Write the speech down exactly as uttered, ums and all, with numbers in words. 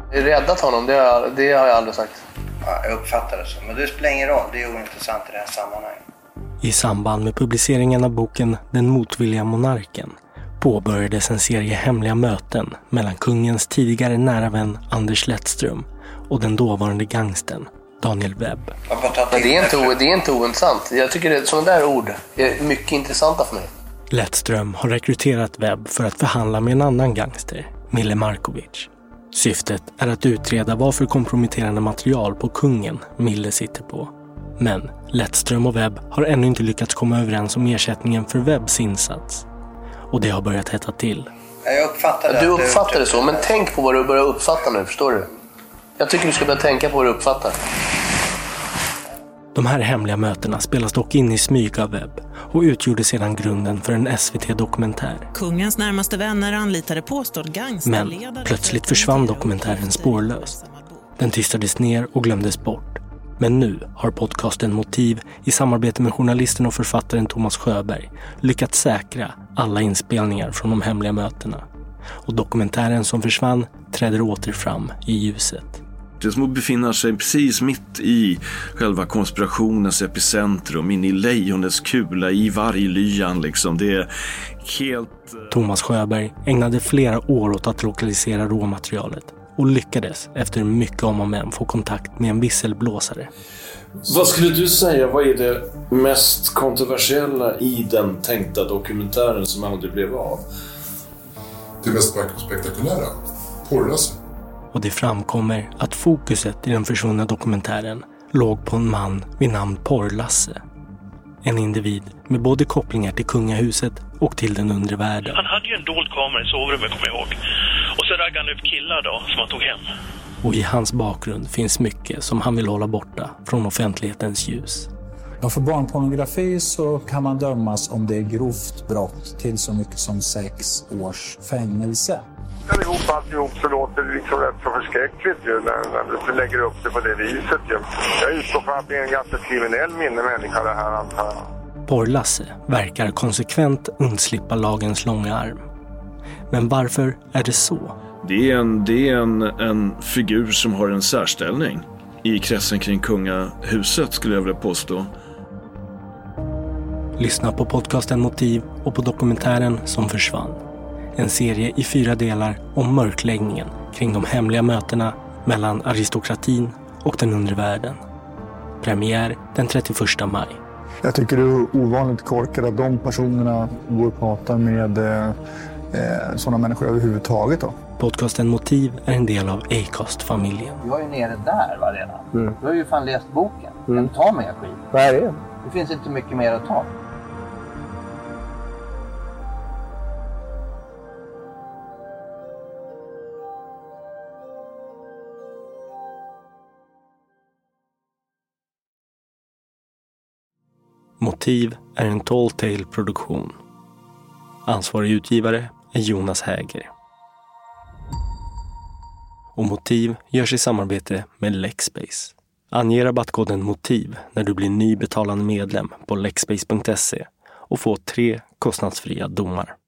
Räddat honom, det har, jag, det har jag aldrig sagt. Ja, jag uppfattar det så. Men det spelar ingen roll, det är ointressant i det här sammanhanget. I samband med publiceringen av boken Den motvilliga monarken påbörjades en serie hemliga möten mellan kungens tidigare nära vän Anders Lettström och den dåvarande gangstern Daniel Webb. Men det är inte, det är inte ointressant. Jag tycker att sådana där ord är mycket intressanta för mig. Lettström har rekryterat Webb för att förhandla med en annan gangster, Mille Markovic. Syftet är att utreda vad för komprometterande material på kungen Mille sitter på. Men Lettström och Webb har ännu inte lyckats komma överens om ersättningen för Webbs insats. Och det har börjat hetta till. Jag uppfattar det. Du uppfattar det så, men tänk på vad du börjar uppfatta nu, förstår du? Jag tycker du ska börja tänka på vad du uppfattar. De här hemliga mötena spelas dock in i smyg av Webb och utgjorde sedan grunden för en S V T-dokumentär. Kungens närmaste vänner anlitade påstådd gangsterledare. Men plötsligt försvann dokumentären spårlöst. Den tystades ner och glömdes bort. Men nu har podcasten Motiv i samarbete med journalisten och författaren Thomas Sjöberg lyckats säkra alla inspelningar från de hemliga mötena. Och dokumentären som försvann träder åter fram i ljuset. Det är som att befinna sig precis mitt i själva konspirationens epicentrum, in i lejonets kula, i varglyan liksom. Det är helt... Thomas Sjöberg ägnade flera år åt att lokalisera råmaterialet och lyckades efter mycket om och men få kontakt med en visselblåsare. Vad skulle du säga, vad är det mest kontroversiella i den tänkta dokumentären som aldrig blev av? Det mest spektakulära, porrrasse. Och det framkommer att fokuset i den försvunna dokumentären låg på en man vid namn Porrlasse. En individ med både kopplingar till kungahuset och till den undre världen. Han hade ju en dold kamera i sovrummet, kommer jag ihåg. Och så raggade han upp killar då, som han tog hem. Och i hans bakgrund finns mycket som han vill hålla borta från offentlighetens ljus. Ja, för barnpornografi så kan man dömas om det är grovt brott till så mycket som sex års fängelse. Ihop alltihop så låter det liksom rätt så förskräckligt ju, när, när du lägger upp det på det viset ju. Jag utgår från att det är en ganska kriminell minne människa det här, antar jag. Porrlasse verkar konsekvent undslippa lagens långa arm. Men varför är det så? Det är, en, det är en, en figur som har en särställning i kretsen kring kungahuset, skulle jag vilja påstå. Lyssna på podcasten Motiv och på dokumentären som försvann. En serie i fyra delar om mörkläggningen kring de hemliga mötena mellan aristokratin och den undre världen. Premiär den trettioförsta maj. Jag tycker det är ovanligt korkat att de personerna går och pratar med eh, sådana människor överhuvudtaget då. Podcasten Motiv är en del av Acast-familjen. Jag är nere där va, redan. Mm. Du har ju fan läst boken. Mm. Kan ta mer skit. Vad är det? Det finns inte mycket mer att ta. Motiv är en Tall Tale-produktion. Ansvarig utgivare är Jonas Häger. Och Motiv görs i samarbete med Lexbase. Ange rabattkoden Motiv när du blir ny betalande medlem på lexbase punkt se och få tre kostnadsfria domar.